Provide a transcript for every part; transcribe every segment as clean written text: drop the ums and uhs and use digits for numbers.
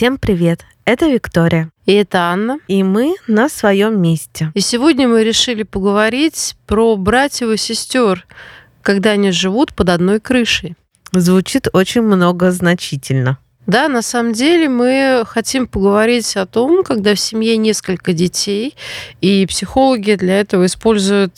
Всем привет! Это Виктория. И это Анна. И мы на своем месте. И сегодня мы решили поговорить про братьев и сестер, когда они живут под одной крышей. Звучит очень многозначительно. Да, на самом деле мы хотим поговорить о том, когда в семье несколько детей, и психологи для этого используют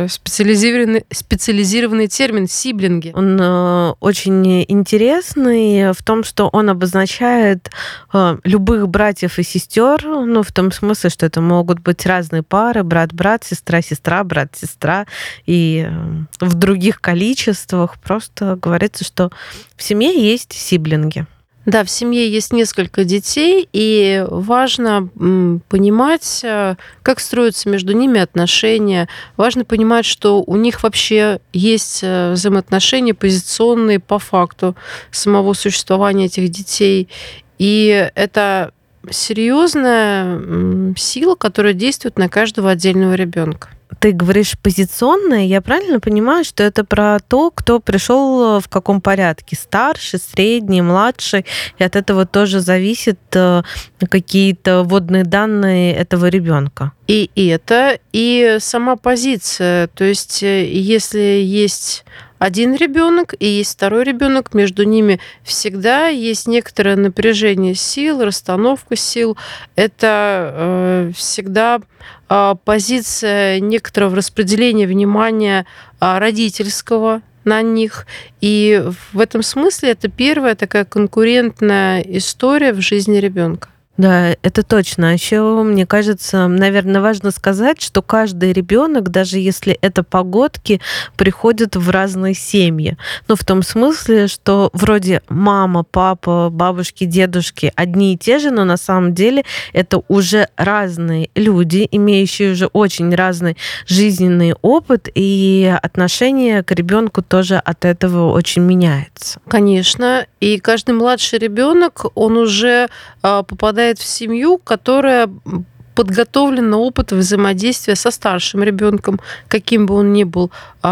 специализированный термин «сиблинги». Он очень интересный в том, что он обозначает любых братьев и сестер, ну, в том смысле, что это могут быть разные пары, брат-брат, сестра-сестра, брат-сестра, и в других количествах. Просто говорится, что в семье есть сиблинги. Да, в семье есть несколько детей, и важно понимать, как строятся между ними отношения. Важно понимать, что у них вообще есть взаимоотношения позиционные по факту самого существования этих детей. И это серьезная сила, которая действует на каждого отдельного ребенка. Ты говоришь позиционное, я правильно понимаю, что это про то, кто пришел в каком порядке? Старший, средний, младший, и от этого тоже зависит какие-то вводные данные этого ребенка. И это, и сама позиция. То есть, если есть один ребенок и есть второй ребенок, между ними всегда есть некоторое напряжение сил, расстановка сил. Это всегда позиция некоторого распределения внимания родительского на них. И в этом смысле это первая такая конкурентная история в жизни ребенка. Да, это точно. Еще, мне кажется, наверное, важно сказать, что каждый ребенок, даже если это погодки, приходит в разные семьи. Ну, в том смысле, что вроде мама, папа, бабушки, дедушки одни и те же, но на самом деле это уже разные люди, имеющие уже очень разный жизненный опыт, и отношение к ребенку тоже от этого очень меняется. Конечно. И каждый младший ребенок, он уже попадает в семью, которая подготовлена опытом взаимодействия со старшим ребенком, каким бы он ни был,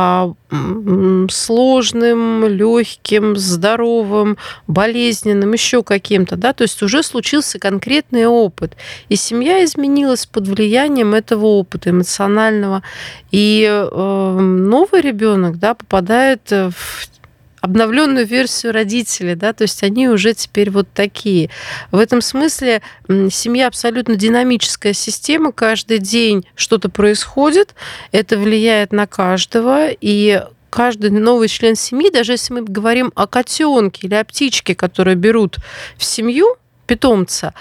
сложным, легким, здоровым, болезненным, еще каким-то, да, то есть уже случился конкретный опыт, и семья изменилась под влиянием этого опыта эмоционального, и новый ребенок, да, попадает в обновленную версию родителей, да, то есть они уже теперь вот такие. В этом смысле семья абсолютно динамическая система, каждый день что-то происходит, это влияет на каждого, и каждый новый член семьи, даже если мы говорим о котенке или о птичке, которые берут в семью питомца,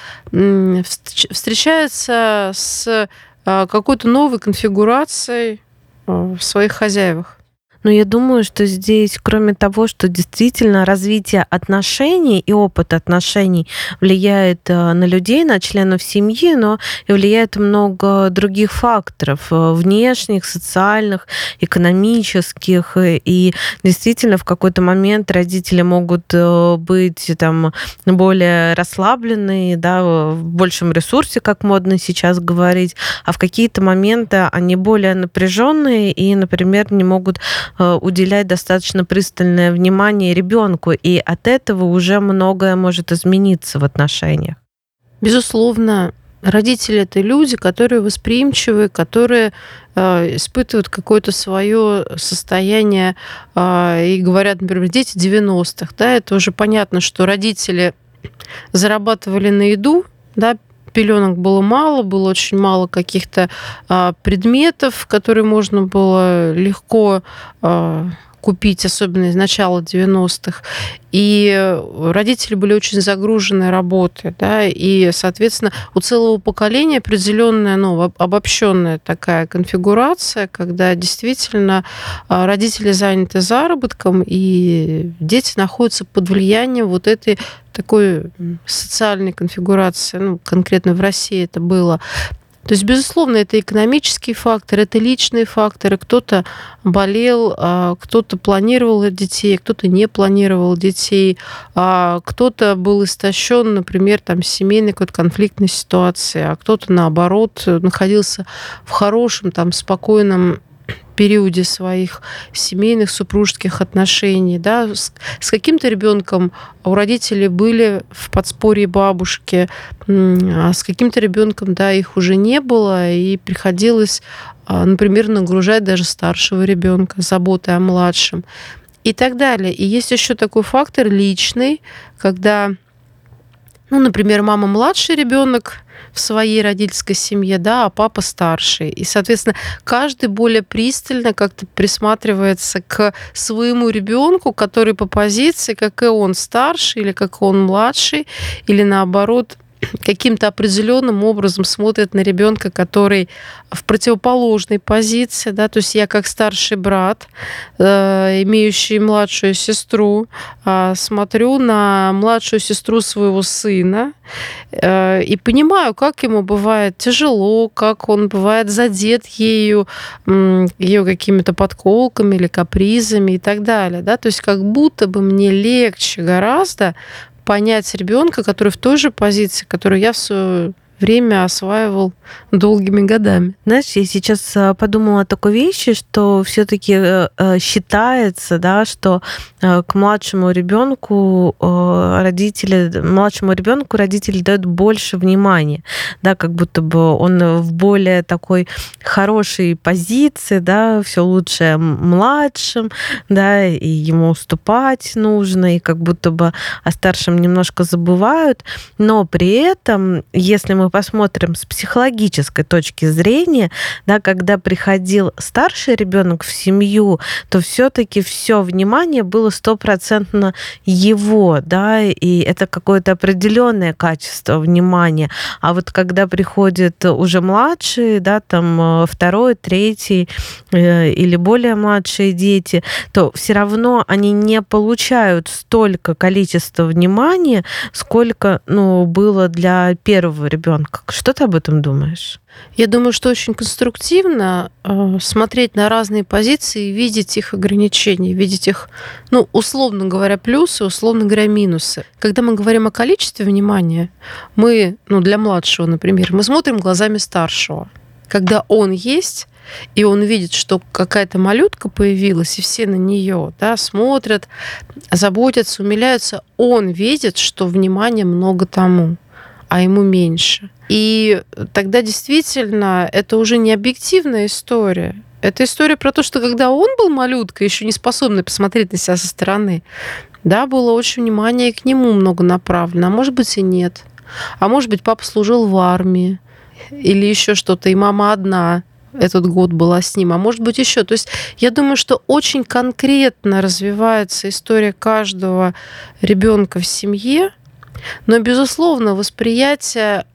встречается с какой-то новой конфигурацией в своих хозяевах. Но я думаю, что здесь, кроме того, что действительно развитие отношений и опыт отношений влияет на людей, на членов семьи, но и влияет много других факторов, внешних, социальных, экономических. И действительно, в какой-то момент родители могут быть там более расслабленные, да, в большем ресурсе, как модно сейчас говорить, а в какие-то моменты они более напряженные и, например, не могут уделять достаточно пристальное внимание ребенку, и от этого уже многое может измениться в отношениях. Безусловно, родители — это люди, которые восприимчивы, которые испытывают какое-то свое состояние и говорят, например, дети 90-х. Да, это уже понятно, что родители зарабатывали на еду, да, пеленок было мало, было очень мало каких-то предметов, которые можно было легко купить, особенно из начала 90-х. И родители были очень загружены работой, да, и, соответственно, у целого поколения определенная, обобщенная такая конфигурация, когда действительно родители заняты заработком, и дети находятся под влиянием вот этой такой социальной конфигурации, конкретно в России это было. То есть, безусловно, это экономический фактор, это личные факторы. Кто-то болел, кто-то планировал детей, кто-то не планировал детей, кто-то был истощен, например, там, семейной какой-то конфликтной ситуации, а кто-то, наоборот, находился в хорошем, там, спокойном периоде своих семейных, супружеских отношений, да, с каким-то ребенком у родителей были в подспорье бабушки, а с каким-то ребенком, да, их уже не было, и приходилось, например, нагружать даже старшего ребенка заботой о младшем и так далее. И есть еще такой фактор личный, когда, ну, например, мама младший ребенок в своей родительской семье, да, а папа старший. И, соответственно, каждый более пристально как-то присматривается к своему ребенку, который по позиции, как и он старший, или как он младший, или наоборот, каким-то определенным образом смотрит на ребенка, который в противоположной позиции, да, то есть я как старший брат, имеющий младшую сестру, смотрю на младшую сестру своего сына и понимаю, как ему бывает тяжело, как он бывает задет ею, ее какими-то подколками или капризами и так далее, да, то есть как будто бы мне легче гораздо понять ребенка, который в той же позиции, которую я в свое время осваивал долгими годами. Знаешь, я сейчас подумала о такой вещи, что все-таки считается, да, что к младшему ребенку родители дают больше внимания, да, как будто бы он в более такой хорошей позиции, да, все лучше младшим, да, и ему уступать нужно, и как будто бы о старшем немножко забывают, но при этом, если мы посмотрим с психологической точки зрения, да, когда приходил старший ребенок в семью, то все-таки все внимание было стопроцентно его, да, и это какое-то определенное качество внимания. А вот когда приходит уже младший, да, там второй, третий или более младшие дети, то все равно они не получают столько количества внимания, сколько, ну, было для первого ребенка. Что ты об этом думаешь? Я думаю, что очень конструктивно смотреть на разные позиции и видеть их ограничения, видеть их, ну, условно говоря, плюсы, условно говоря, минусы. Когда мы говорим о количестве внимания, мы, ну, для младшего, например, мы смотрим глазами старшего. Когда он есть, и он видит, что какая-то малютка появилась, и все на нее, да, смотрят, заботятся, умиляются, он видит, что внимания много тому, а ему меньше. И тогда действительно это уже не объективная история. Это история про то, что когда он был малюткой, еще не способный посмотреть на себя со стороны, да, было очень внимание к нему много направлено, а может быть и нет. А может быть, папа служил в армии или еще что-то, и мама одна этот год была с ним, а может быть еще. То есть я думаю, что очень конкретно развивается история каждого ребенка в семье, но, безусловно, восприятие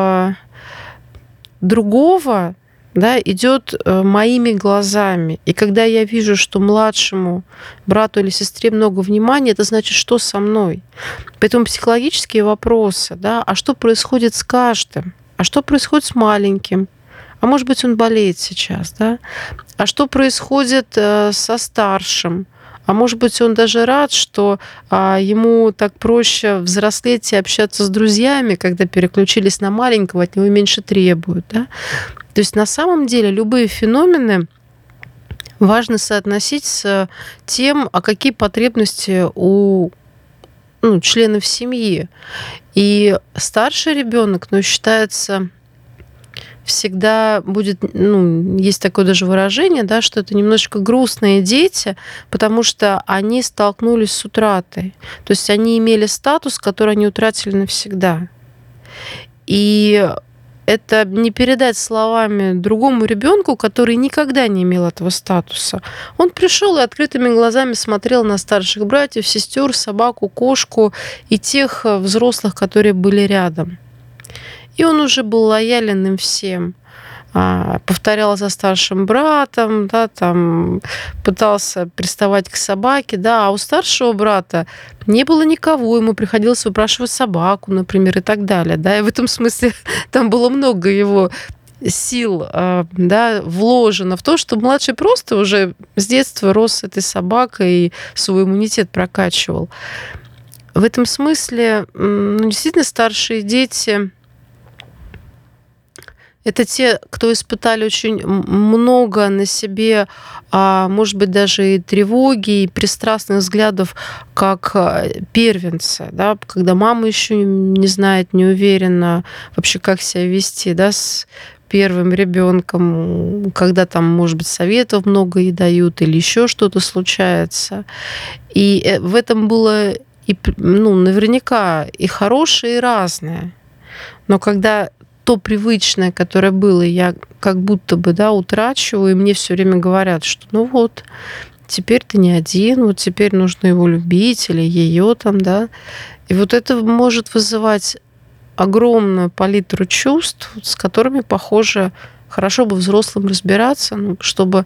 другого, да, идет моими глазами. И когда я вижу, что младшему брату или сестре много внимания, это значит, что со мной. Поэтому психологические вопросы, да, а что происходит с каждым? А что происходит с маленьким? А может быть, он болеет сейчас, да? А что происходит со старшим? А может быть, он даже рад, что ему так проще взрослеть и общаться с друзьями, когда переключились на маленького, от него меньше требуют. Да? То есть на самом деле любые феномены важно соотносить с тем, а какие потребности у членов семьи. И старший ребенок, считается, всегда будет, есть такое даже выражение, да, что это немножечко грустные дети, потому что они столкнулись с утратой. То есть они имели статус, который они утратили навсегда. И это не передать словами другому ребенку, который никогда не имел этого статуса. Он пришел и открытыми глазами смотрел на старших братьев, сестер, собаку, кошку и тех взрослых, которые были рядом. И он уже был лоялен им всем. Повторял за старшим братом, да, там, пытался приставать к собаке, да, а у старшего брата не было никого, ему приходилось выпрашивать собаку, например, и так далее. Да, и в этом смысле там было много его сил, да, вложено в то, что младший просто уже с детства рос с этой собакой и свой иммунитет прокачивал. В этом смысле действительно старшие дети Это те, кто испытали очень много на себе, может быть, даже и тревоги, и пристрастных взглядов, как первенцы, да, когда мама еще не знает, не уверена вообще, как себя вести, да, с первым ребенком, когда там, может быть, советов много ей дают или еще что-то случается. И в этом было наверняка и хорошее, и разное. Но когда то привычное, которое было, я как будто бы, да, утрачиваю, и мне все время говорят, что ну вот, теперь ты не один, вот теперь нужно его любить или ее там, да. И вот это может вызывать огромную палитру чувств, с которыми, похоже, хорошо бы взрослым разбираться, чтобы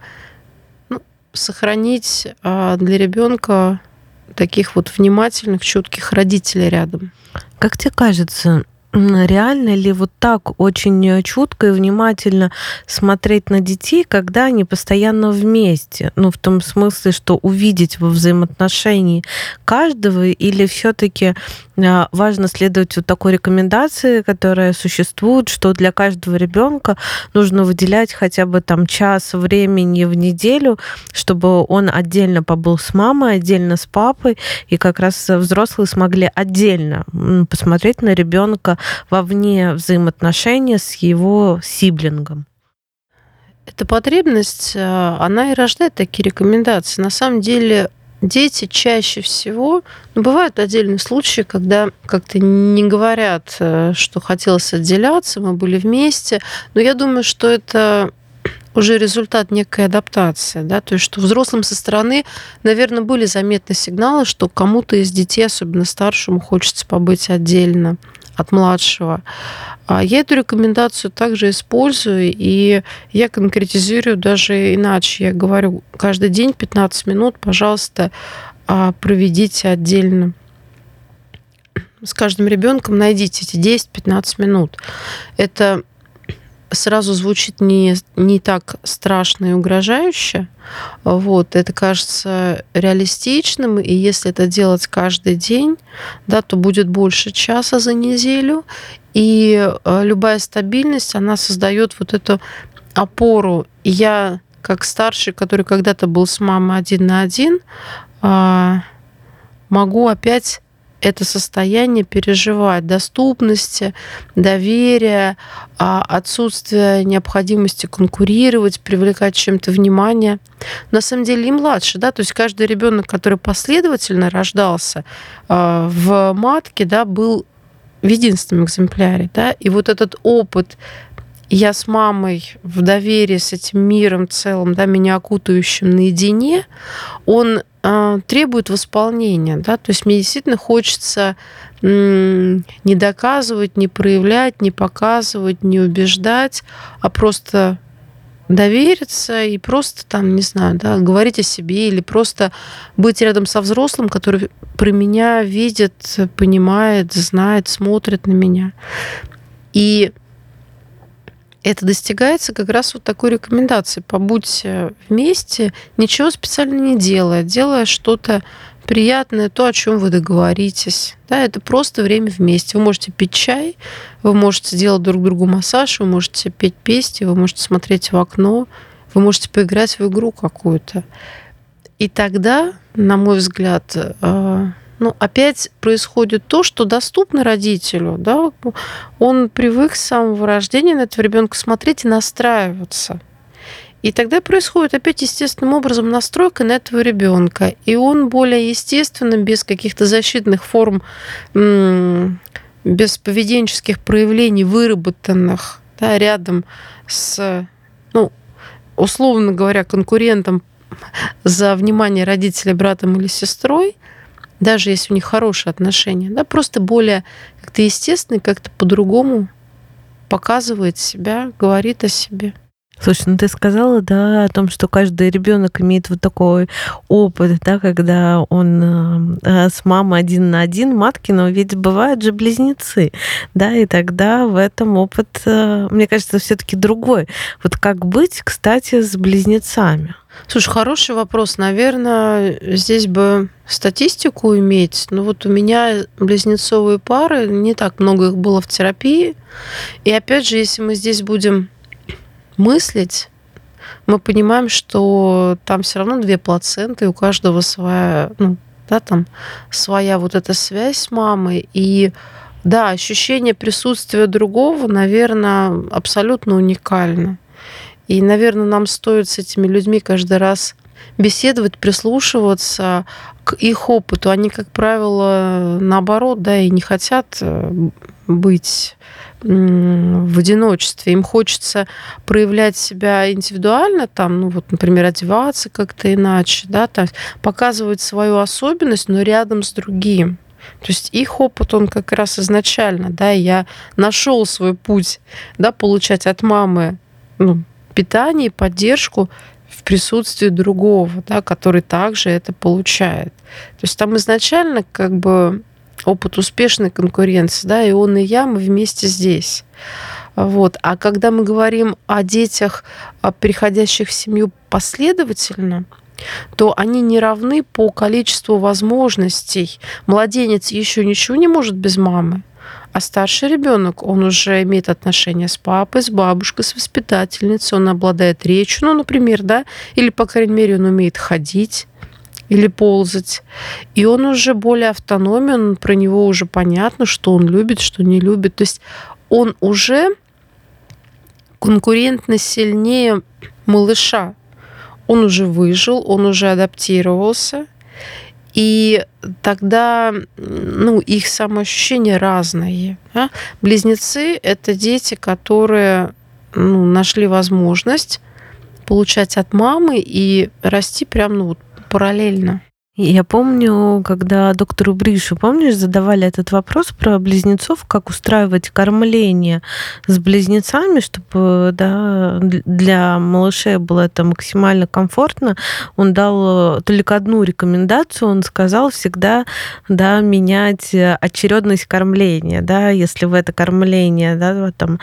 сохранить для ребенка таких вот внимательных, чутких родителей рядом. Как тебе кажется, реально ли вот так очень чутко и внимательно смотреть на детей, когда они постоянно вместе? Ну, в том смысле, что увидеть во взаимоотношении каждого, или все-таки важно следовать вот такой рекомендации, которая существует, что для каждого ребенка нужно выделять хотя бы там час времени в неделю, чтобы он отдельно побыл с мамой, отдельно с папой, и как раз взрослые смогли отдельно посмотреть на ребенка вовне взаимоотношения с его сиблингом. Эта потребность, она и рождает такие рекомендации. На самом деле дети чаще всего, бывают отдельные случаи, когда как-то не говорят, что хотелось отделяться, мы были вместе, но я думаю, что это уже результат некой адаптации, да, то есть что взрослым со стороны, наверное, были заметны сигналы, что кому-то из детей, особенно старшему, хочется побыть отдельно от младшего. Я эту рекомендацию также использую, и я конкретизирую даже иначе. Я говорю, каждый день 15 минут, пожалуйста, проведите отдельно. С каждым ребенком найдите эти 10-15 минут. Это сразу звучит не так страшно и угрожающе. Вот, это кажется реалистичным, и если это делать каждый день, да, то будет больше часа за неделю, и любая стабильность, она создает вот эту опору. И я, как старший, который когда-то был с мамой 1 на 1, могу опять это состояние переживать, доступности, доверия, отсутствие необходимости конкурировать, привлекать чем-то внимание. На самом деле и младше, да, то есть каждый ребенок, который последовательно рождался в матке, да, был в единственном экземпляре, да, и вот этот опыт я с мамой в доверии с этим миром целым, да, меня окутающим наедине, он требует восполнения, да, то есть мне действительно хочется не доказывать, не проявлять, не показывать, не убеждать, а просто довериться и просто там, не знаю, да, говорить о себе или просто быть рядом со взрослым, который про меня видит, понимает, знает, смотрит на меня. И это достигается как раз вот такой рекомендацией. Побудьте вместе, ничего специально не делая что-то приятное, то, о чем вы договоритесь. Да, это просто время вместе. Вы можете пить чай, вы можете делать друг другу массаж, вы можете петь песни, вы можете смотреть в окно, вы можете поиграть в игру какую-то. И тогда, на мой взгляд, опять происходит то, что доступно родителю. Да? Он привык с самого рождения на этого ребенка смотреть и настраиваться. И тогда происходит опять естественным образом настройка на этого ребенка. И он более естественно, без каких-то защитных форм, без поведенческих проявлений, выработанных, да, рядом с, условно говоря, конкурентом за внимание родителей, братом или сестрой, даже если у них хорошие отношения, да, просто более как-то естественно, как-то по-другому показывает себя, говорит о себе. Слушай, ну ты сказала, да, о том, что каждый ребенок имеет вот такой опыт, да, когда он с мамой один на один, матки, но ведь бывают же близнецы, да, и тогда в этом опыт, мне кажется, все-таки другой. Вот как быть, кстати, с близнецами? Слушай, хороший вопрос. Наверное, здесь бы статистику иметь. Но вот у меня близнецовые пары, не так много их было в терапии. И опять же, если мы здесь будем мыслить, мы понимаем, что там все равно две плаценты, и у каждого своя, ну, да, там своя вот эта связь с мамой. И да, ощущение присутствия другого, наверное, абсолютно уникально. И, наверное, нам стоит с этими людьми каждый раз беседовать, прислушиваться к их опыту. Они, как правило, наоборот, да, и не хотят быть в одиночестве. Им хочется проявлять себя индивидуально, там, ну вот, например, одеваться как-то иначе, да, там, показывать свою особенность, но рядом с другим. То есть их опыт, он как раз изначально, да, я нашел свой путь, да, получать от мамы, ну, питание и поддержку в присутствии другого, да, который также это получает. То есть там изначально как бы опыт успешной конкуренции, да, и он, и я, мы вместе здесь. Вот. А когда мы говорим о детях, переходящих в семью последовательно, то они не равны по количеству возможностей. Младенец еще ничего не может без мамы, а старший ребенок, он уже имеет отношения с папой, с бабушкой, с воспитательницей, он обладает речью, ну, например, да, или, по крайней мере, он умеет ходить или ползать. И он уже более автономен, про него уже понятно, что он любит, что не любит. То есть он уже конкурентно сильнее малыша. Он уже выжил, он уже адаптировался. И тогда, ну, их самоощущения разные. Да? Близнецы — это дети, которые, ну, нашли возможность получать от мамы и расти прям, ну, вот, параллельно. И я помню, когда доктору Бришу, помнишь, задавали этот вопрос про близнецов, как устраивать кормление с близнецами, чтобы, да, для малышей было это максимально комфортно. Он дал только одну рекомендацию, он сказал всегда, да, менять очередность кормления, да, если в это кормление, да, там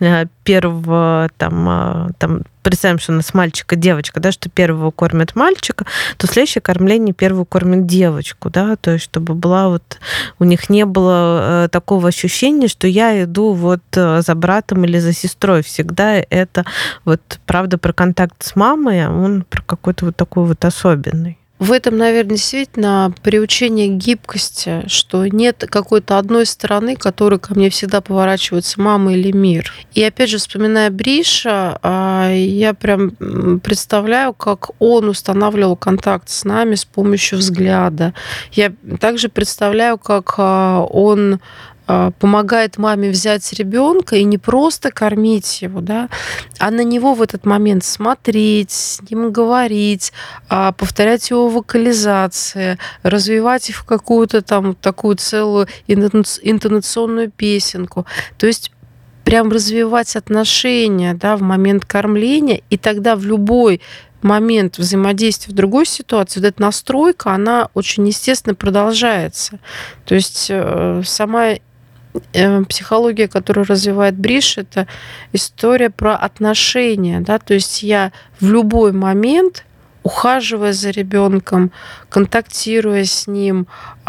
первого там представим, что у нас мальчик и девочка, да, что первого кормят мальчика, то следующее кормление первую кормит девочку, да, то есть чтобы была вот, у них не было такого ощущения, что я иду вот за братом или за сестрой. Всегда это вот правда про контакт с мамой, а он про какой-то вот такой вот особенный. В этом, наверное, действительно приучение к гибкости, что нет какой-то одной стороны, которой ко мне всегда поворачивается мама или мир. И опять же, вспоминая Бриша, я прям представляю, как он устанавливал контакт с нами с помощью взгляда. Я также представляю, как он помогает маме взять ребенка и не просто кормить его, да, а на него в этот момент смотреть, с ним говорить, повторять его вокализации, развивать их в какую-то там такую целую интонационную песенку. То есть прям развивать отношения, да, в момент кормления, и тогда в любой момент взаимодействия в другой ситуации, вот эта настройка, она очень естественно продолжается. То есть сама психология, которую развивает Бриш, это история про отношения, да, то есть я в любой момент, ухаживая за ребенком, контактируя с ним,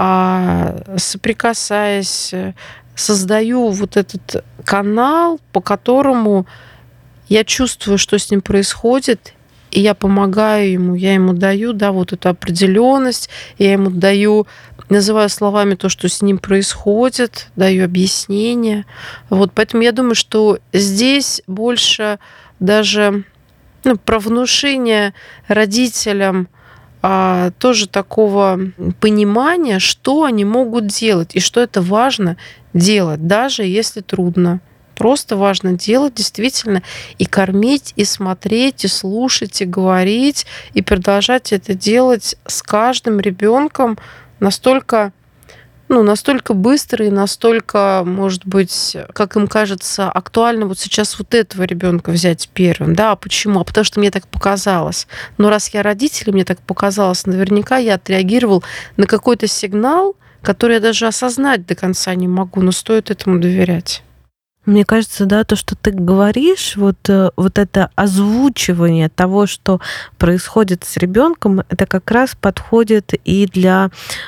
соприкасаясь, создаю вот этот канал, по которому я чувствую, что с ним происходит, и я помогаю ему, я ему даю, да, вот эту определенность, я ему даю, называю словами то, что с ним происходит, даю объяснение. Вот, поэтому я думаю, что здесь больше даже, ну, про внушение родителям тоже такого понимания, что они могут делать и что это важно делать, даже если трудно. Просто важно делать действительно и кормить, и смотреть, и слушать, и говорить, и продолжать это делать с каждым ребенком настолько, ну, настолько быстро и настолько, может быть, как им кажется, актуально вот сейчас вот этого ребенка взять первым. Да, почему? А потому что мне так показалось. Но раз я родитель, и мне так показалось, наверняка я отреагировал на какой-то сигнал, который я даже осознать до конца не могу, но стоит этому доверять. Мне кажется, да, то, что ты говоришь, вот это озвучивание того, что происходит с ребенком, это как раз подходит и для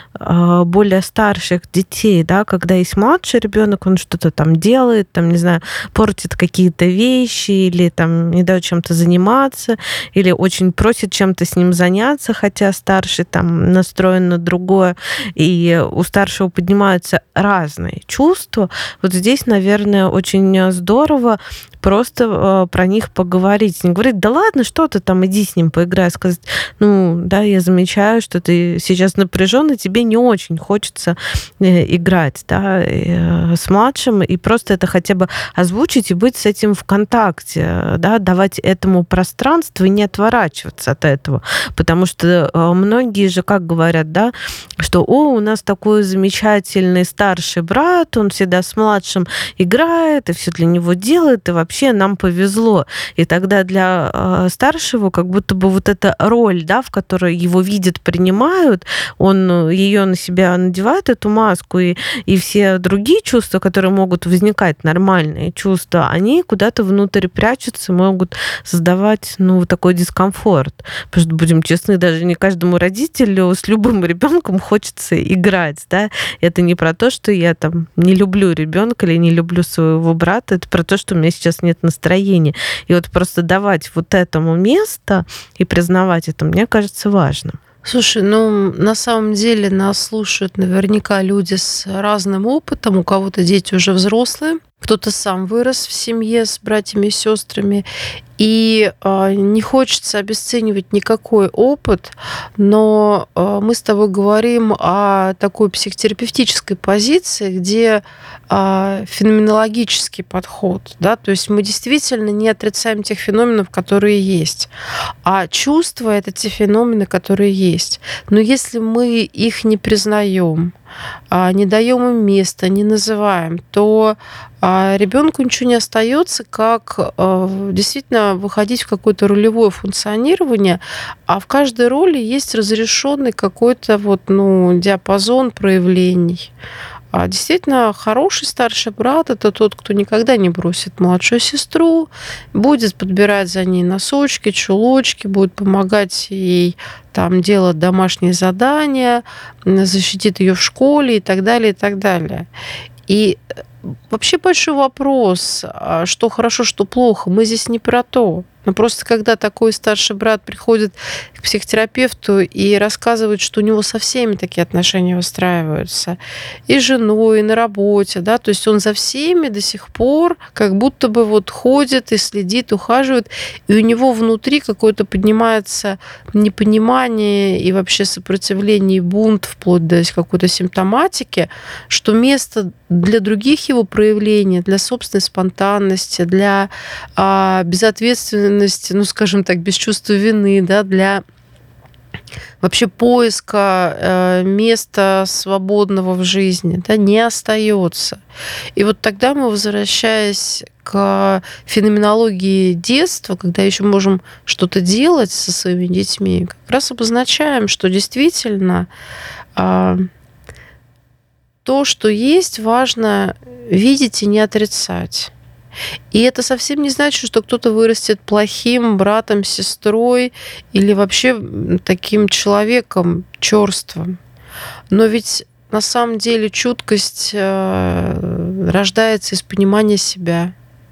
более старших детей, да, когда есть младший ребенок, он что-то там делает, там, не знаю, портит какие-то вещи или там не дает чем-то заниматься, или очень просит чем-то с ним заняться, хотя старший там настроен на другое, и у старшего поднимаются разные чувства. Вот здесь, наверное, очень здорово просто про них поговорить. Не говорить, да ладно, что ты там, иди с ним поиграй. Сказать, ну, да, я замечаю, что ты сейчас напряженный, тебе не очень хочется играть, да, с младшим, и просто это хотя бы озвучить и быть с этим в контакте, да, давать этому пространство и не отворачиваться от этого. Потому что многие же как говорят, да, что, о, у нас такой замечательный старший брат, он всегда с младшим играет, и все для него делает, и вообще нам повезло. И тогда для старшего как будто бы вот эта роль, да, в которой его видят, принимают, он ее на себя надевает, эту маску, и все другие чувства, которые могут возникать, нормальные чувства, они куда-то внутрь прячутся, могут создавать, ну, такой дискомфорт. Потому что, будем честны, даже не каждому родителю с любым ребенком хочется играть, да. Это не про то, что я там не люблю ребенка или не люблю своего брата, это про то, что у меня сейчас нет настроения. И вот просто давать вот этому место и признавать это, мне кажется, важным. Слушай, ну, на самом деле нас слушают наверняка люди с разным опытом. У кого-то дети уже взрослые, кто-то сам вырос в семье с братьями и сестрами. И не хочется обесценивать никакой опыт, но мы с тобой говорим о такой психотерапевтической позиции, где феноменологический подход, да, то есть мы действительно не отрицаем тех феноменов, которые есть, а чувства — это те феномены, которые есть. Но если мы их не признаем, не даем им места, не называем, то ребенку ничего не остается, как действительно выходить в какое-то ролевое функционирование, а в каждой роли есть разрешенный какой-то вот, ну, диапазон проявлений. А действительно, хороший старший брат — это тот, кто никогда не бросит младшую сестру, будет подбирать за ней носочки, чулочки, будет помогать ей там делать домашние задания, защитит ее в школе и так далее, и так далее. И вообще большой вопрос, что хорошо, что плохо. Мы здесь не про то. Но просто когда такой старший брат приходит к психотерапевту и рассказывает, что у него со всеми такие отношения выстраиваются, и с женой, и на работе, да, то есть он за всеми до сих пор как будто бы вот ходит и следит, ухаживает, и у него внутри какое-то поднимается непонимание и вообще сопротивление, и бунт, вплоть до какой-то симптоматики, что место для других его проявлений, для собственной спонтанности, для безответственности, ну, скажем так, без чувства вины, да, для вообще поиска места свободного в жизни, да, не остается. И вот тогда мы, возвращаясь к феноменологии детства, когда еще можем что-то делать со своими детьми, как раз обозначаем, что действительно то, что есть, важно видеть и не отрицать. И это совсем не значит, что кто-то вырастет плохим братом, сестрой или вообще таким человеком чёрствым. Но ведь на самом деле чуткость рождается из понимания себя.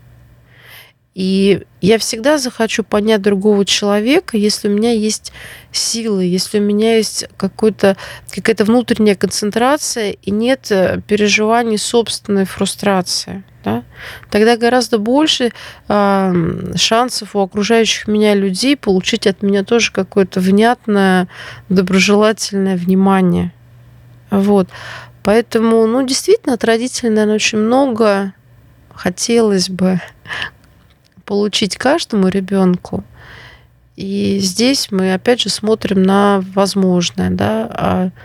И я всегда захочу понять другого человека, если у меня есть силы, если у меня есть какая-то внутренняя концентрация и нет переживаний собственной фрустрации. Да? Тогда гораздо больше шансов у окружающих меня людей получить от меня тоже какое-то внятное, доброжелательное внимание. Вот. Поэтому, ну, действительно, от родителей, наверное, очень много хотелось бы получить каждому ребенку. И здесь мы опять же смотрим на возможное, да,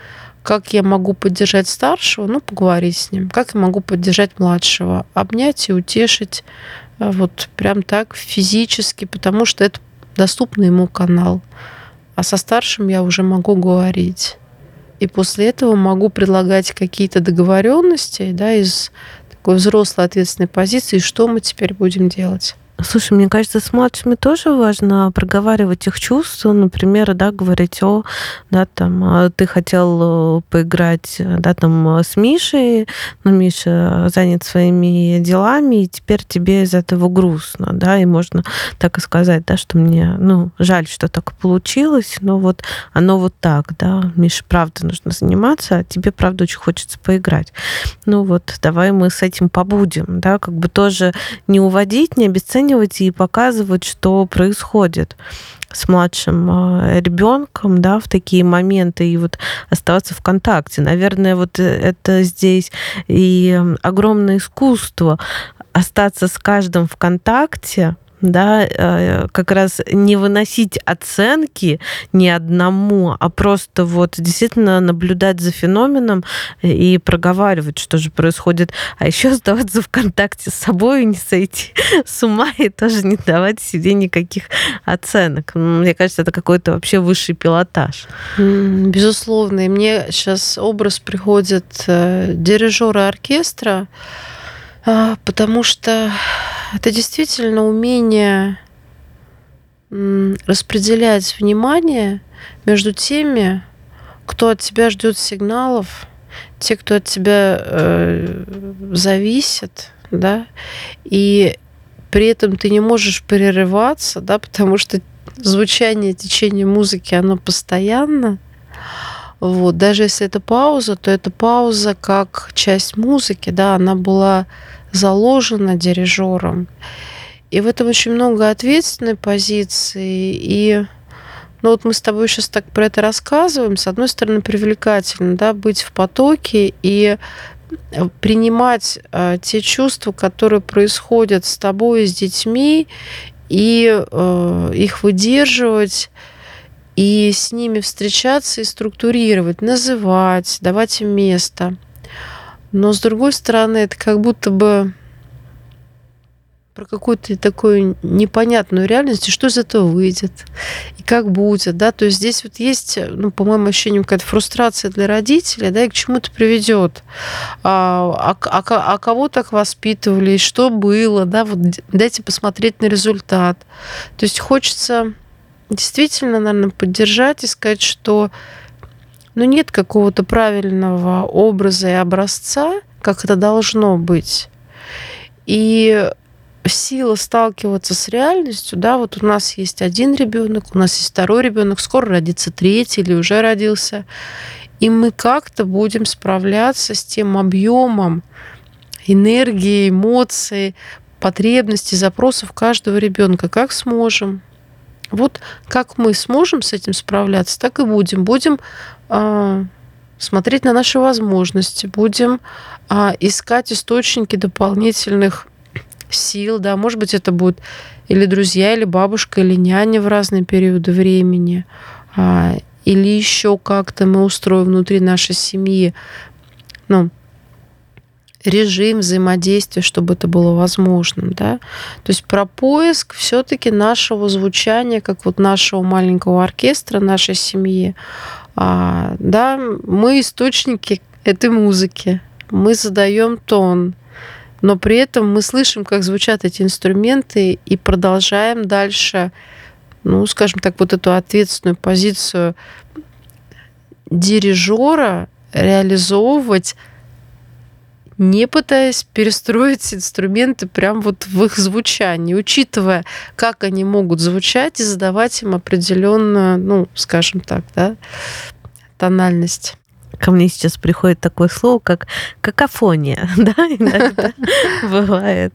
как я могу поддержать старшего? Ну, поговорить с ним. Как я могу поддержать младшего? Обнять и утешить вот прям так физически, потому что это доступный ему канал. А со старшим я уже могу говорить. И после этого могу предлагать какие-то договоренности, да, из такой взрослой ответственной позиции, что мы теперь будем делать. Слушай, мне кажется, с младшими тоже важно проговаривать их чувства, например, да, говорить, ты хотел поиграть, да, там, с Мишей, но Миша занят своими делами, и теперь тебе из этого грустно, да, и можно так и сказать, да, что мне, жаль, что так получилось, но вот оно вот так, да, Мише, правда, нужно заниматься, а тебе, правда, очень хочется поиграть. Давай мы с этим побудем, да, как бы тоже не уводить, не обесценивать и показывать, что происходит с младшим ребенком, да, в такие моменты, и вот оставаться в контакте. Наверное, вот это здесь и огромное искусство остаться с каждым в контакте, да, как раз не выносить оценки ни одному, а просто вот действительно наблюдать за феноменом и проговаривать, что же происходит, а еще оставаться в контакте с собой и не сойти с ума и тоже не давать себе никаких оценок. Мне кажется, это какой-то вообще высший пилотаж. Безусловно. И мне сейчас образ приходит дирижера оркестра, потому что это действительно умение распределять внимание между теми, кто от тебя ждет сигналов, те, кто от тебя зависит, да, и при этом ты не можешь прерываться, да, потому что звучание, течение музыки, оно постоянно. Вот. Даже если это пауза, то это пауза как часть музыки, да, она была заложена дирижером. И в этом очень много ответственной позиции. И мы с тобой сейчас так про это рассказываем. С одной стороны, привлекательно, да, быть в потоке и принимать те чувства, которые происходят с тобой и с детьми, и их выдерживать, и с ними встречаться и структурировать, называть, давать им место. Но, с другой стороны, это как будто бы про какую-то такую непонятную реальность, и что из этого выйдет, и как будет, да, то есть здесь вот есть, по моему ощущению, какая-то фрустрация для родителей, да, и к чему это приведет, кого так воспитывали, и что было, да, вот дайте посмотреть на результат. То есть хочется действительно, наверное, поддержать и сказать, что нет какого-то правильного образа и образца, как это должно быть. И сила сталкиваться с реальностью, да, вот у нас есть один ребенок, у нас есть второй ребенок, скоро родится третий или уже родился, и мы как-то будем справляться с тем объемом энергии, эмоций, потребностей, запросов каждого ребенка, как сможем. Вот как мы сможем с этим справляться, так и будем. Будем смотреть на наши возможности, будем искать источники дополнительных сил, да, может быть, это будут или друзья, или бабушка, или няня в разные периоды времени, или еще как-то мы устроим внутри нашей семьи, режим взаимодействия, чтобы это было возможным, да. То есть про поиск все-таки нашего звучания, как вот нашего маленького оркестра, нашей семьи, да, мы источники этой музыки, мы задаем тон, но при этом мы слышим, как звучат эти инструменты, и продолжаем дальше, скажем так, вот эту ответственную позицию дирижера реализовывать, не пытаясь перестроить инструменты прям вот в их звучании, учитывая, как они могут звучать, и задавать им определенную, скажем так, да, тональность. Ко мне сейчас приходит такое слово, как какофония, да, иногда бывает.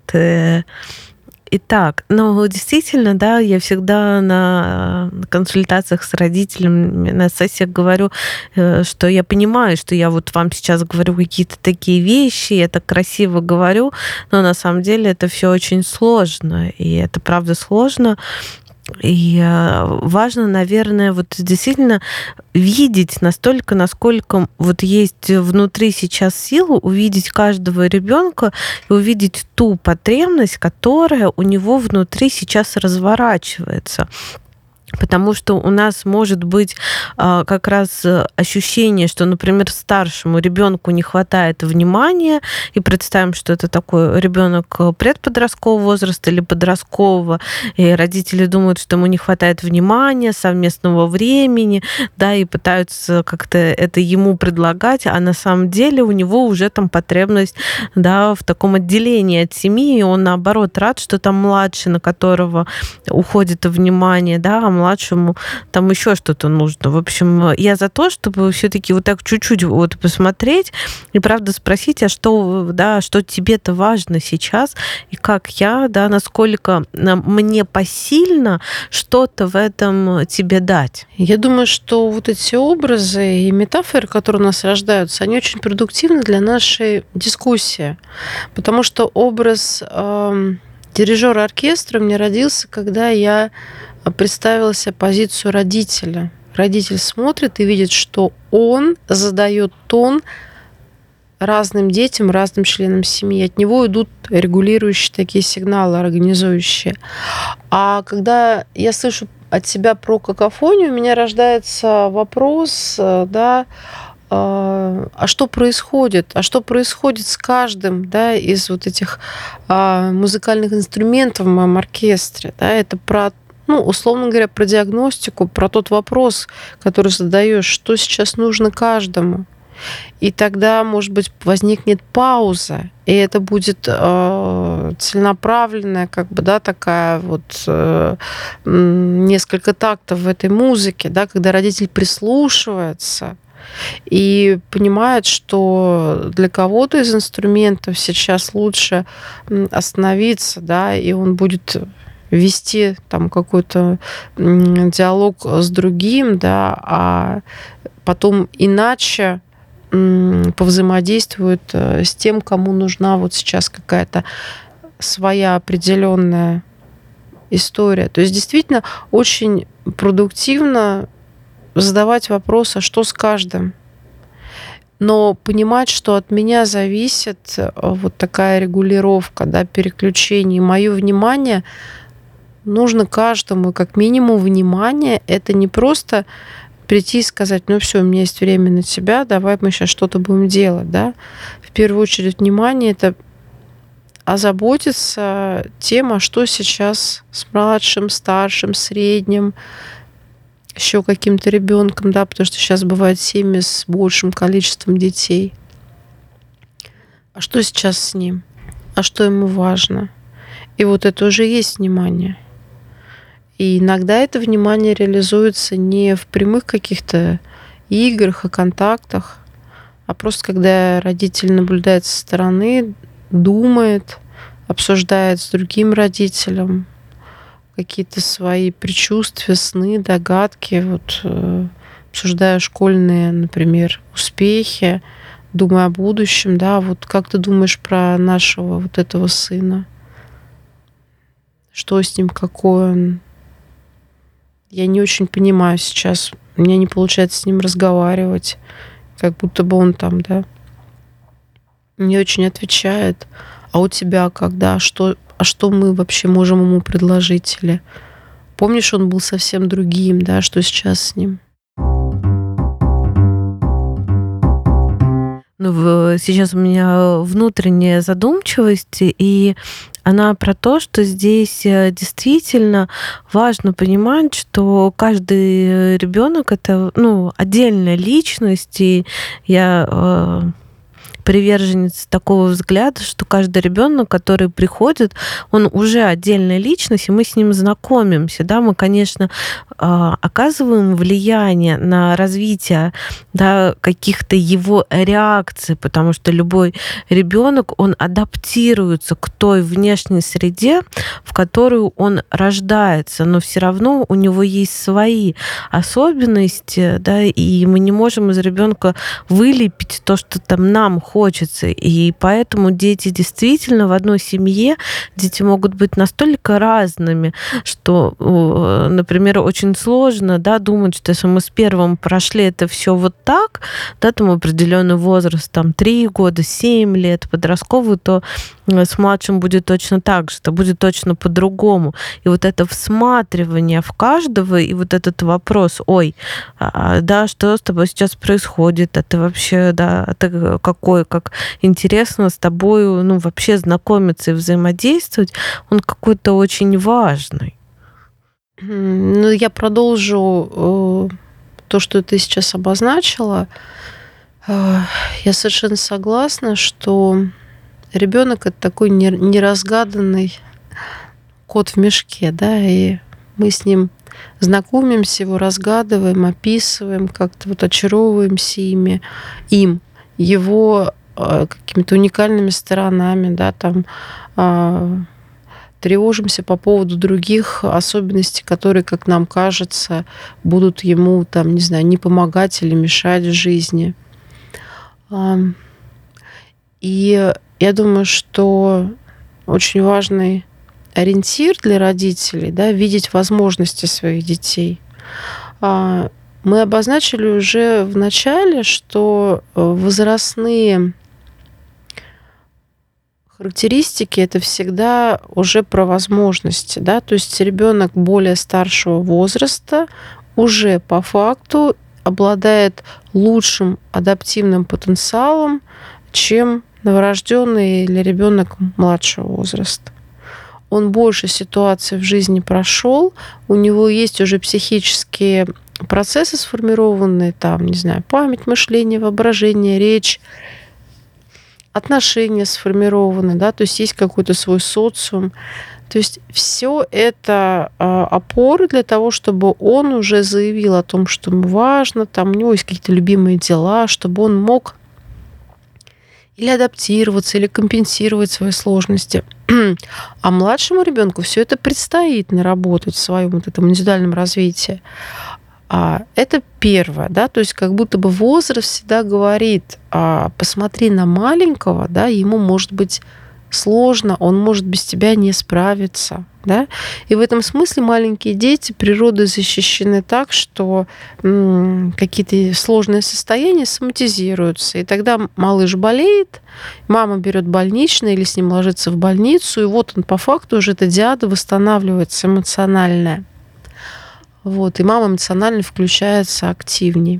Итак, действительно, да, я всегда на консультациях с родителями, на сессиях говорю, что я понимаю, что я вот вам сейчас говорю какие-то такие вещи, я так красиво говорю, но на самом деле это все очень сложно, и это правда сложно. И важно, наверное, вот действительно видеть настолько, насколько вот есть внутри сейчас силы, увидеть каждого ребенка и увидеть ту потребность, которая у него внутри сейчас разворачивается. Потому что у нас может быть как раз ощущение, что, например, старшему ребенку не хватает внимания, и представим, что это такой ребенок предподросткового возраста или подросткового, и родители думают, что ему не хватает внимания, совместного времени, да, и пытаются как-то это ему предлагать, а на самом деле у него уже там потребность, да, в таком отделении от семьи, и он, наоборот, рад, что там младший, на которого уходит внимание, да, а младшему там еще что-то нужно. В общем, я за то, чтобы все-таки вот так чуть-чуть вот посмотреть и, правда, спросить, а что, да, что тебе-то важно сейчас, и как я, да, насколько мне посильно что-то в этом тебе дать. Я думаю, что вот эти образы и метафоры, которые у нас рождаются, они очень продуктивны для нашей дискуссии, потому что образ дирижера оркестра у меня родился, когда я представила себе позицию родителя. Родитель смотрит и видит, что он задает тон разным детям, разным членам семьи. От него идут регулирующие такие сигналы, организующие. А когда я слышу от себя про какофонию, у меня рождается вопрос, да, а что происходит? А что происходит с каждым, да, из вот этих музыкальных инструментов в моем оркестре? Да? Это про, условно говоря, про диагностику, про тот вопрос, который задаешь, что сейчас нужно каждому. И тогда, может быть, возникнет пауза, и это будет целенаправленная, как бы, да, такая вот несколько тактов в этой музыке, да, когда родитель прислушивается и понимает, что для кого-то из инструментов сейчас лучше остановиться, да, и он будет вести там какой-то диалог с другим, да, а потом иначе повзаимодействует с тем, кому нужна вот сейчас какая-то своя определенная история. То есть действительно очень продуктивно задавать вопрос, а что с каждым? Но понимать, что от меня зависит вот такая регулировка, да, переключение. Мое внимание нужно каждому. И как минимум внимание — это не просто прийти и сказать, ну все, у меня есть время на тебя, давай мы сейчас что-то будем делать. Да? В первую очередь внимание — это озаботиться тем, а что сейчас с младшим, старшим, средним, еще каким-то ребенком, да, потому что сейчас бывают семьи с большим количеством детей. А что сейчас с ним? А что ему важно? И вот это уже есть внимание. И иногда это внимание реализуется не в прямых каких-то играх и контактах, а просто когда родитель наблюдает со стороны, думает, обсуждает с другим родителем какие-то свои предчувствия, сны, догадки, вот, обсуждая школьные, например, успехи, думая о будущем, да, вот как ты думаешь про нашего вот этого сына? Что с ним, какой он? Я не очень понимаю сейчас, у меня не получается с ним разговаривать, как будто бы он там, да, не очень отвечает. А у тебя когда? А что мы вообще можем ему предложить? Или помнишь, он был совсем другим, да, что сейчас с ним? Сейчас у меня внутренняя задумчивость, и она про то, что здесь действительно важно понимать, что каждый ребенок это, отдельная личность, и я приверженец такого взгляда, что каждый ребенок, который приходит, он уже отдельная личность, и мы с ним знакомимся. Да? Мы, конечно, оказываем влияние на развитие, да, каких-то его реакций, потому что любой ребенок, он адаптируется к той внешней среде, в которую он рождается, но все равно у него есть свои особенности, да, и мы не можем из ребенка вылепить то, что там нам хочется. И поэтому дети действительно в одной семье, дети могут быть настолько разными, что, например, очень сложно, да, думать, что если мы с первым прошли это все вот так, да, там определенный возраст, там 3 года, 7 лет, подростковый, то с младшим будет точно так же, это будет точно по-другому. И вот это всматривание в каждого, и вот этот вопрос, ой, да, что с тобой сейчас происходит, а ты вообще, да, а ты какой, как интересно с тобой, ну, вообще знакомиться и взаимодействовать, он какой-то очень важный. Ну, я продолжу то, что ты сейчас обозначила. Я совершенно согласна, что ребенок это такой неразгаданный кот в мешке, да, и мы с ним знакомимся, его разгадываем, описываем, как-то вот очаровываемся им, его какими-то уникальными сторонами, да, там тревожимся по поводу других особенностей, которые, как нам кажется, будут ему, там, не знаю, не помогать или мешать в жизни. И я думаю, что очень важный ориентир для родителей, да, видеть возможности своих детей. Мы обозначили уже в начале, что возрастные характеристики это всегда уже про возможности, да, то есть ребенок более старшего возраста уже по факту обладает лучшим адаптивным потенциалом, чем новорожденный или ребенок младшего возраста. Он больше ситуаций в жизни прошел, у него есть уже психические процессы сформированные, там, не знаю, память, мышление, воображение, речь, отношения сформированы, да, то есть есть какой-то свой социум. То есть все это опоры для того, чтобы он уже заявил о том, что ему важно, там у него есть какие-то любимые дела, чтобы он мог или адаптироваться, или компенсировать свои сложности. А младшему ребенку все это предстоит наработать в своем вот этом индивидуальном развитии. Это первое, да, то есть как будто бы возраст всегда говорит, посмотри на маленького, да, ему может быть сложно, он может без тебя не справиться, да, и в этом смысле маленькие дети природой защищены так, что какие-то сложные состояния соматизируются, и тогда малыш болеет, мама берет больничный или с ним ложится в больницу, и вот он по факту уже эта диада восстанавливается эмоциональная. Вот, и мама эмоционально включается активнее.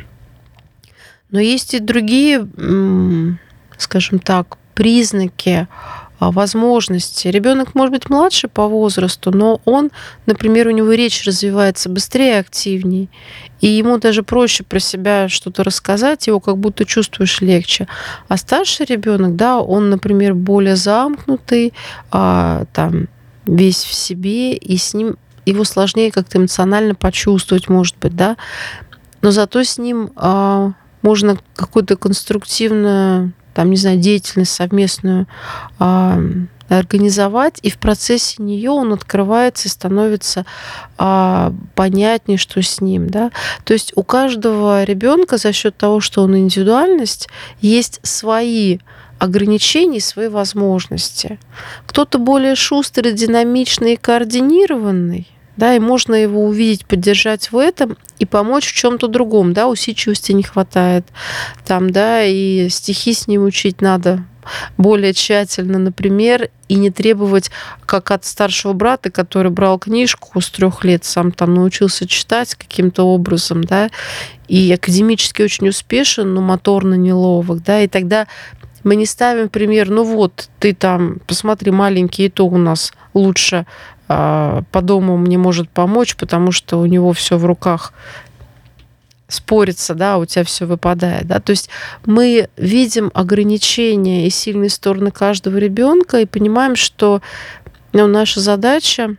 Но есть и другие, скажем так, признаки возможности. Ребенок может быть младше по возрасту, но он, например, у него речь развивается быстрее, активнее, и ему даже проще про себя что-то рассказать, его как будто чувствуешь легче. А старший ребенок, да, он, например, более замкнутый, там, весь в себе, и с ним его сложнее как-то эмоционально почувствовать, может быть, да, но зато с ним можно какую-то конструктивную, там, не знаю, деятельность совместную организовать, и в процессе нее он открывается и становится понятнее, что с ним, да. То есть у каждого ребенка за счет того, что он индивидуальность, есть свои ограничений, свои возможности. Кто-то более шустрый, динамичный и координированный, да, и можно его увидеть, поддержать в этом и помочь в чем-то другом, да, усидчивости не хватает, там, да, и стихи с ним учить надо более тщательно, например, и не требовать, как от старшего брата, который брал книжку с 3 лет, сам там научился читать каким-то образом, да, и академически очень успешен, но моторно неловок, да, и тогда мы не ставим пример, ну вот, ты там, посмотри, маленький, и то у нас лучше по дому мне может помочь, потому что у него все в руках спорится, да, у тебя все выпадает, да, то есть мы видим ограничения и сильные стороны каждого ребенка и понимаем, что наша задача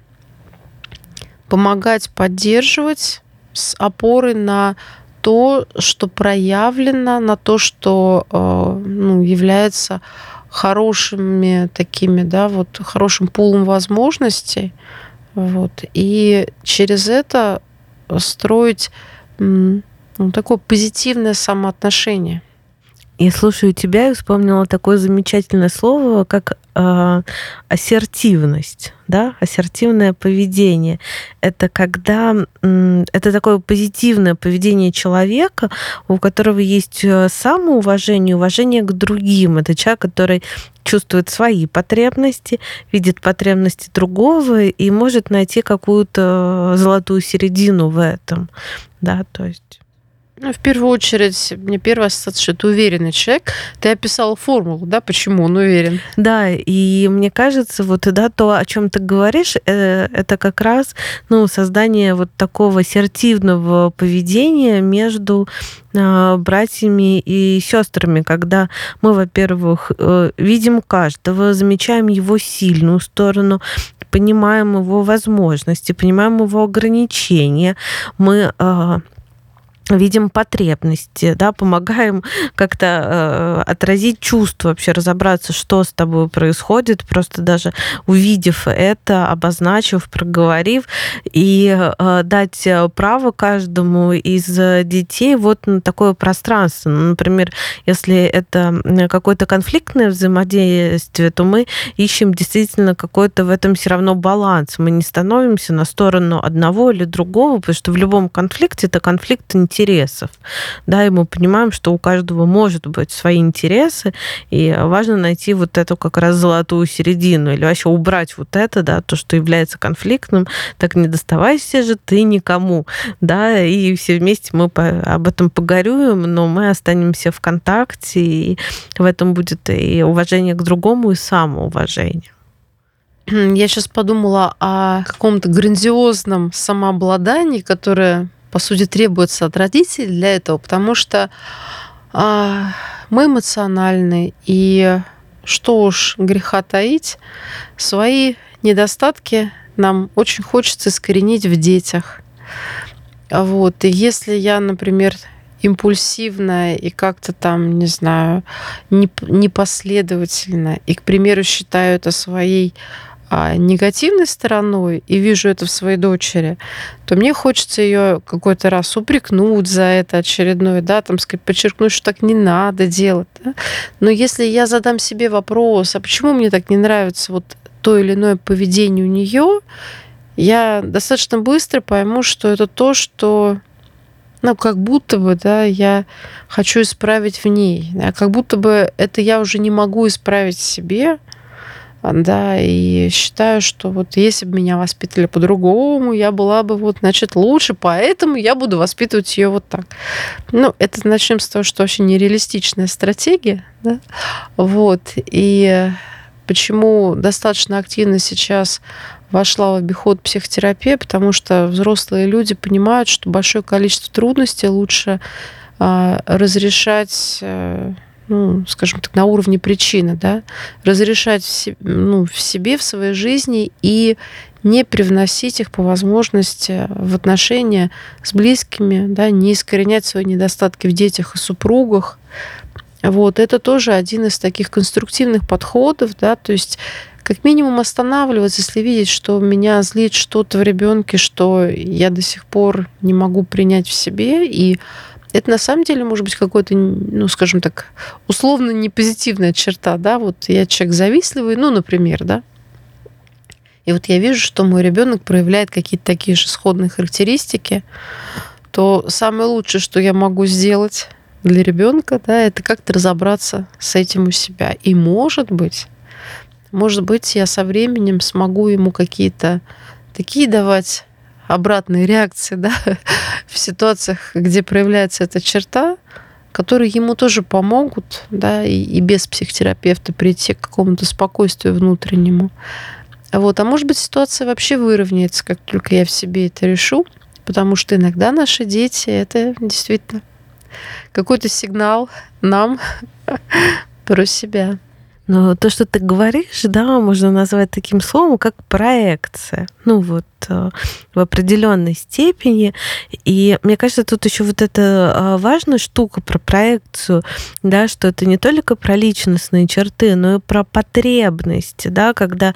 помогать, поддерживать с опорой на то, что проявлено, на то, что является хорошими такими, да, вот хорошим пулом возможностей, вот, и через это строить такое позитивное самоотношение. Я слушаю тебя и вспомнила такое замечательное слово, как ассертивность, да, ассертивное поведение. Это когда это такое позитивное поведение человека, у которого есть самоуважение, уважение к другим. Это человек, который чувствует свои потребности, видит потребности другого и может найти какую-то золотую середину в этом, да, то есть. Ну, в первую очередь, мне первая ассоциация, что это уверенный человек. Ты описала формулу, да, почему он уверен. Да, и мне кажется, вот да, то, о чем ты говоришь, это как раз, ну, создание вот такого ассертивного поведения между братьями и сестрами, когда мы, во-первых, видим каждого, замечаем его сильную сторону, понимаем его возможности, понимаем его ограничения, мы видим потребности, да, помогаем как-то отразить чувства, вообще разобраться, что с тобой происходит, просто даже увидев это, обозначив, проговорив, и дать право каждому из детей вот на такое пространство. Ну, например, если это какое-то конфликтное взаимодействие, то мы ищем действительно какой-то в этом все равно баланс. Мы не становимся на сторону одного или другого, потому что в любом конфликте это конфликт интересов. Да, и мы понимаем, что у каждого может быть свои интересы, и важно найти вот эту как раз золотую середину, или вообще убрать вот это, да, то, что является конфликтным, так не доставайся же ты никому, да, и все вместе мы об этом погорюем, но мы останемся в контакте, и в этом будет и уважение к другому, и самоуважение. Я сейчас подумала о каком-то грандиозном самообладании, которое, по сути, требуется от родителей для этого, потому что мы эмоциональны, и что уж греха таить, свои недостатки нам очень хочется искоренить в детях. Вот. И если я, например, импульсивная и как-то там, не знаю, непоследовательная, и, к примеру, считаю это своей негативной стороной и вижу это в своей дочери, то мне хочется ее какой-то раз упрекнуть за это очередное, да, там сказать, подчеркнуть, что так не надо делать. Да? Но если я задам себе вопрос, а почему мне так не нравится вот то или иное поведение у нее, я достаточно быстро пойму, что это то, что, ну, как будто бы, да, я хочу исправить в ней, да, как будто бы это я уже не могу исправить в себе, да, и считаю, что вот если бы меня воспитали по-другому, я была бы вот, значит, лучше, поэтому я буду воспитывать ее вот так. Ну, это начнем с того, что вообще нереалистичная стратегия, да, вот, и почему достаточно активно сейчас вошла в обиход психотерапия, потому что взрослые люди понимают, что большое количество трудностей лучше разрешать, ну, скажем так, на уровне причины, да, разрешать в себе, в своей жизни и не привносить их по возможности в отношения с близкими, да, не искоренять свои недостатки в детях и супругах. Вот, это тоже один из таких конструктивных подходов, да, то есть как минимум останавливаться, если видеть, что меня злит что-то в ребенке, что я до сих пор не могу принять в себе, и это на самом деле может быть какой-то, ну, скажем так, условно непозитивная черта, да, вот я человек завистливый, ну, например, да, и вот я вижу, что мой ребенок проявляет какие-то такие же сходные характеристики, то самое лучшее, что я могу сделать для ребенка, да, это как-то разобраться с этим у себя. И может быть, я со временем смогу ему какие-то такие давать обратные реакции, да, в ситуациях, где проявляется эта черта, которые ему тоже помогут, да, и без психотерапевта прийти к какому-то спокойствию внутреннему. Вот. А может быть, ситуация вообще выровняется, как только я в себе это решу, потому что иногда наши дети — это действительно какой-то сигнал нам про себя. Но то, что ты говоришь, да, можно назвать таким словом, как проекция. Ну вот в определенной степени. И мне кажется, тут еще вот эта важная штука про проекцию, да, что это не только про личностные черты, но и про потребности, да, когда,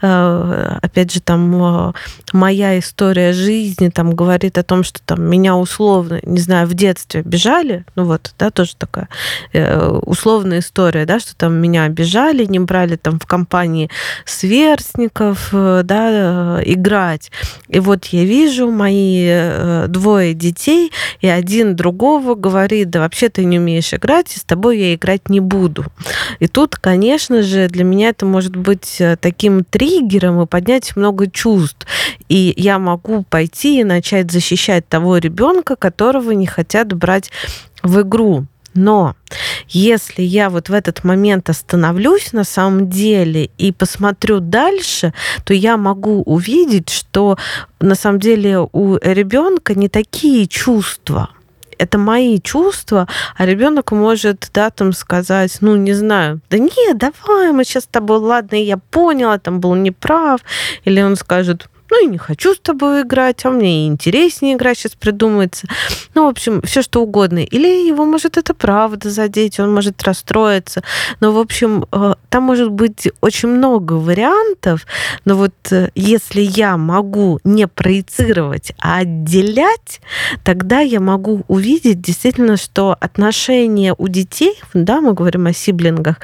опять же, там моя история жизни там говорит о том, что там меня условно, не знаю, в детстве обижали, ну вот, да, тоже такая условная история, да, что там меня обижали, не брали там в компании сверстников, да, играть. И вот я вижу мои двое детей, и один другого говорит: да вообще ты не умеешь играть, и с тобой я играть не буду. И тут, конечно же, для меня это может быть таким триггером и поднять много чувств. И я могу пойти и начать защищать того ребенка, которого не хотят брать в игру. Но если я вот в этот момент остановлюсь на самом деле и посмотрю дальше, то я могу увидеть, что на самом деле у ребенка не такие чувства. Это мои чувства, а ребенок может, да, там сказать, ну, не знаю, да нет, давай, мы сейчас с тобой, ладно, я поняла, там был неправ. Или он скажет: ну, и не хочу с тобой играть, а мне и интереснее играть сейчас придумается. Ну, в общем, все что угодно. Или его может это правда задеть, он может расстроиться. Но, в общем, там может быть очень много вариантов. Но вот если я могу не проецировать, а отделять, тогда я могу увидеть действительно, что отношения у детей, да, мы говорим о сиблингах,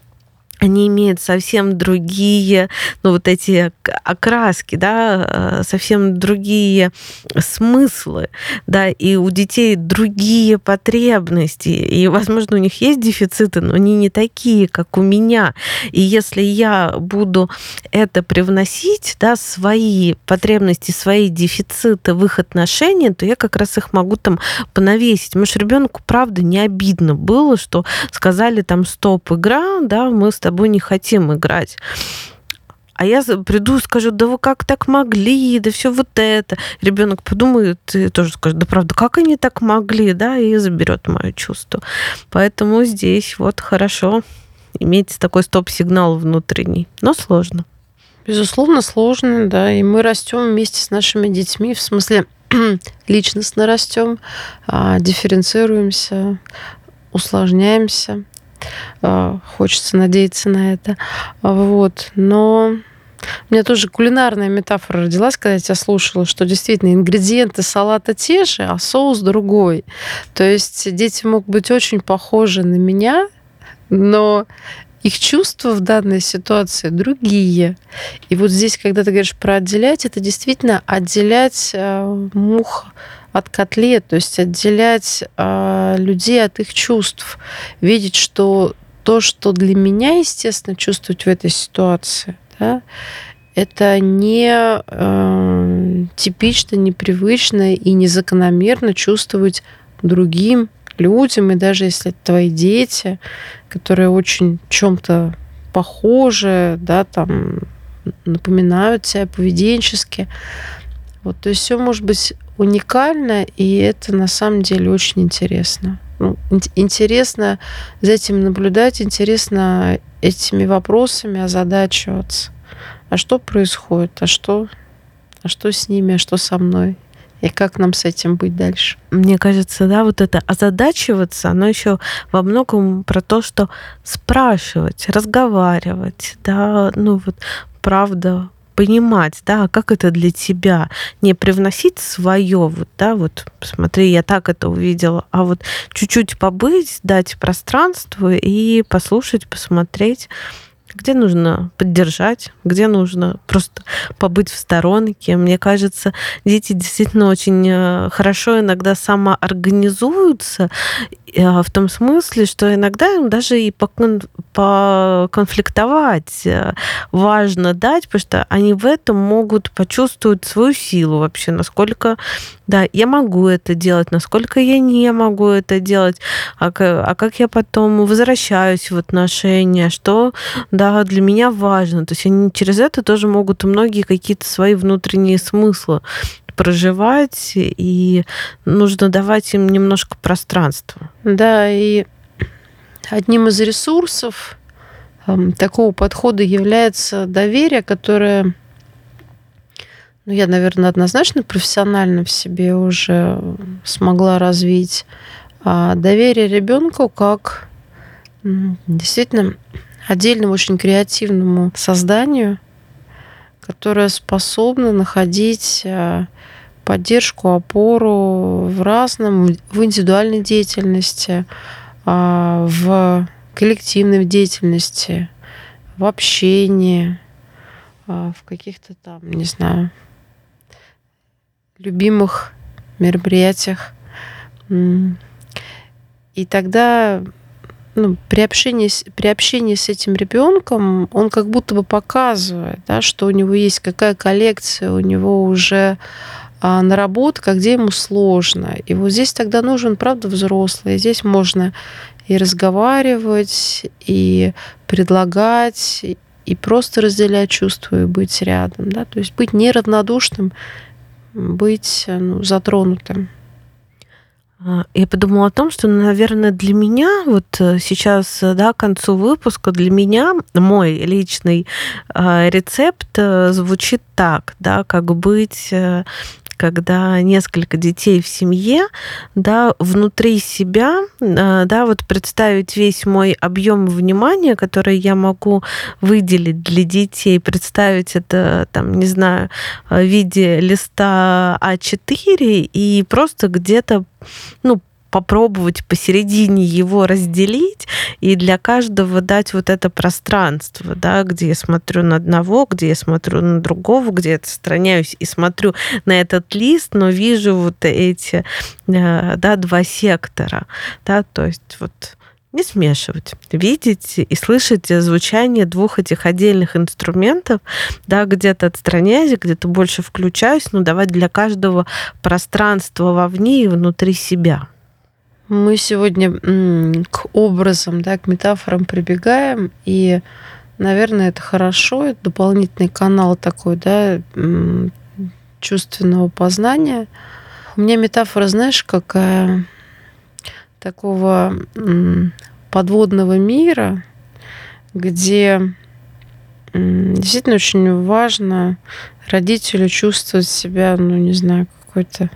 они имеют совсем другие, ну, вот эти окраски, да, совсем другие смыслы, да, и у детей другие потребности, и, возможно, у них есть дефициты, но они не такие, как у меня. И если я буду это привносить, да, свои потребности, свои дефициты в их отношения, то я как раз их могу там понавесить. Может, ребенку, правда, не обидно было, что сказали там: стоп, игра, да, мы с тобой не хотим играть. А я приду и скажу: да вы как так могли, да все вот это. Ребенок подумает и тоже скажет: да правда, как они так могли, да, и заберет мое чувство. Поэтому здесь вот хорошо иметь такой стоп-сигнал внутренний, но сложно. Безусловно, сложно, да, и мы растем вместе с нашими детьми, в смысле личностно растем, дифференцируемся, усложняемся. Хочется надеяться на это. Вот. Но у меня тоже кулинарная метафора родилась, когда я тебя слушала, что действительно ингредиенты салата те же, а соус другой. То есть дети могут быть очень похожи на меня, но их чувства в данной ситуации другие. И вот здесь, когда ты говоришь про отделять, это действительно отделять мух от котлет, то есть отделять людей от их чувств, видеть, что то, что для меня, естественно, чувствовать в этой ситуации, да, это не типично, непривычно и незакономерно чувствовать другим людям, и даже если это твои дети, которые очень в чем-то похожи, да, там напоминают тебя поведенчески. Вот, то есть все может быть уникально, и это на самом деле очень интересно. Ну, интересно за этим наблюдать, интересно этими вопросами озадачиваться. А что происходит? А что с ними? А что со мной? И как нам с этим быть дальше? Мне кажется, да, вот это озадачиваться, оно еще во многом про то, что спрашивать, разговаривать, да, ну вот правда понимать, да, как это для тебя, не привносить свое, вот, да, вот, посмотри, я так это увидела, а вот чуть-чуть побыть, дать пространство и послушать, посмотреть, где нужно поддержать, где нужно просто побыть в сторонке. Мне кажется, дети действительно очень хорошо иногда самоорганизуются, в том смысле, что иногда им даже и поконфликтовать важно дать, потому что они в этом могут почувствовать свою силу вообще, насколько, да, я могу это делать, насколько я не могу это делать, а как я потом возвращаюсь в отношения, что, да, для меня важно. То есть они через это тоже могут многие какие-то свои внутренние смыслы проживать, и нужно давать им немножко пространства. Да, и одним из ресурсов такого подхода является доверие, которое, ну, я, наверное, однозначно профессионально в себе уже смогла развить. Доверие ребенку как действительно отдельному, очень креативному созданию, которое способно находить поддержку, опору в разном, в индивидуальной деятельности, в коллективной деятельности, в общении, в каких-то там, не знаю, любимых мероприятиях. И тогда, ну, при общении с этим ребенком он как будто бы показывает, да, что у него есть какая коллекция, у него уже наработка, где ему сложно. И вот здесь тогда нужен, правда, взрослый. Здесь можно и разговаривать, и предлагать, и просто разделять чувства, и быть рядом. Да? То есть быть неравнодушным, быть затронутым. Я подумала о том, что, наверное, для меня вот сейчас, да, к концу выпуска, для меня мой личный рецепт звучит так, да, как быть, когда несколько детей в семье, да, внутри себя, да, вот представить весь мой объем внимания, который я могу выделить для детей, представить это, там, не знаю, в виде листа А4 и просто где-то, ну, попробовать посередине его разделить и для каждого дать вот это пространство, да, где я смотрю на одного, где я смотрю на другого, где я отстраняюсь и смотрю на этот лист, но вижу вот эти, да, два сектора, да, то есть вот не смешивать, видеть и слышать звучание двух этих отдельных инструментов, да, где-то отстраняясь, где-то больше включаюсь, но давать для каждого пространство вовне и внутри себя. Мы сегодня к образам, да, к метафорам прибегаем, и, наверное, это хорошо, это дополнительный канал такой, да, чувственного познания. У меня метафора, знаешь, какая? Такого подводного мира, где действительно очень важно родителю чувствовать себя, ну, не знаю, какой-то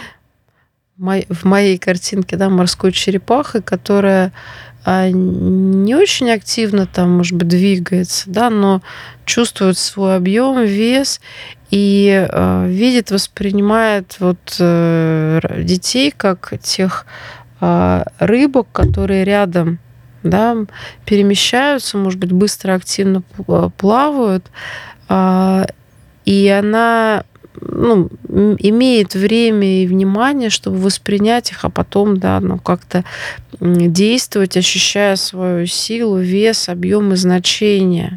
в моей картинке, да, морской черепахой, которая не очень активно там, может быть, двигается, да, но чувствует свой объем, вес и видит, воспринимает вот детей как тех рыбок, которые рядом, да, перемещаются, может быть, быстро, активно плавают, и она, ну, имеет время и внимание, чтобы воспринять их, а потом, да, ну, как-то действовать, ощущая свою силу, вес, объем и значение.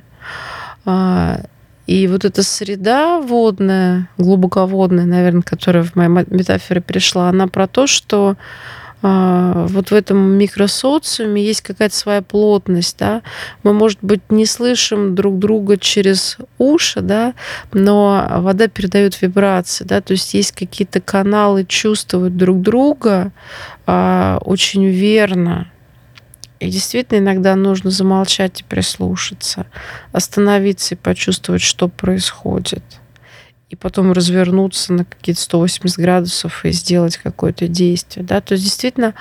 И вот эта среда водная, глубоководная, наверное, которая в моей метафоре пришла, она про то, что вот в этом микросоциуме есть какая-то своя плотность, да. Мы, может быть, не слышим друг друга через уши, да, но вода передает вибрации, да, то есть есть какие-то каналы чувствовать друг друга очень верно. И действительно иногда нужно замолчать и прислушаться, остановиться и почувствовать, что происходит. И потом развернуться на какие-то 180 градусов и сделать какое-то действие. Да? То есть действительно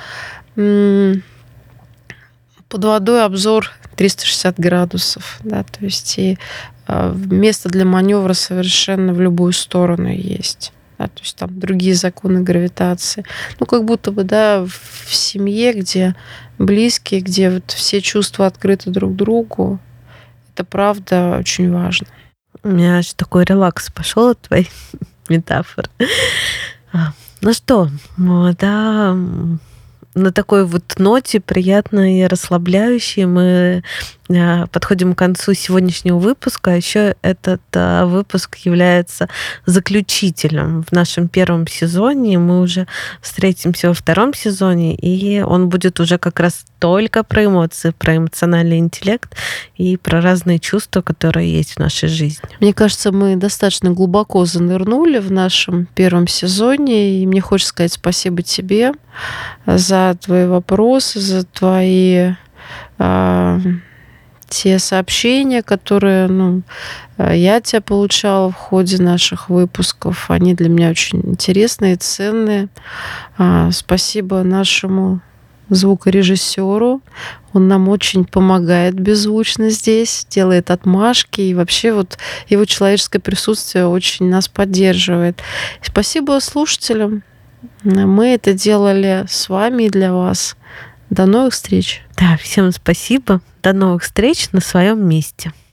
под водой обзор 360 градусов. Да? То есть и место для маневра совершенно в любую сторону есть. Да? То есть там другие законы гравитации. Ну, как будто бы, да, в семье, где близкие, где вот все чувства открыты друг другу, это правда очень важно. У меня аж такой релакс пошел от твоей метафоры. Ну что, да, на такой вот ноте приятной и расслабляющей мы подходим к концу сегодняшнего выпуска. Еще этот выпуск является заключительным в нашем первом сезоне. Мы уже встретимся во втором сезоне, и он будет уже как раз только про эмоции, про эмоциональный интеллект и про разные чувства, которые есть в нашей жизни. Мне кажется, мы достаточно глубоко занырнули в нашем первом сезоне, и мне хочется сказать спасибо тебе за твои вопросы, за твои те сообщения, которые, я тебя получала в ходе наших выпусков. Они для меня очень интересные, ценные. Спасибо нашему звукорежиссеру. Он нам очень помогает беззвучно здесь, делает отмашки. И вообще вот его человеческое присутствие очень нас поддерживает. Спасибо слушателям. Мы это делали с вами и для вас. До новых встреч. Да, всем спасибо. До новых встреч на своем месте.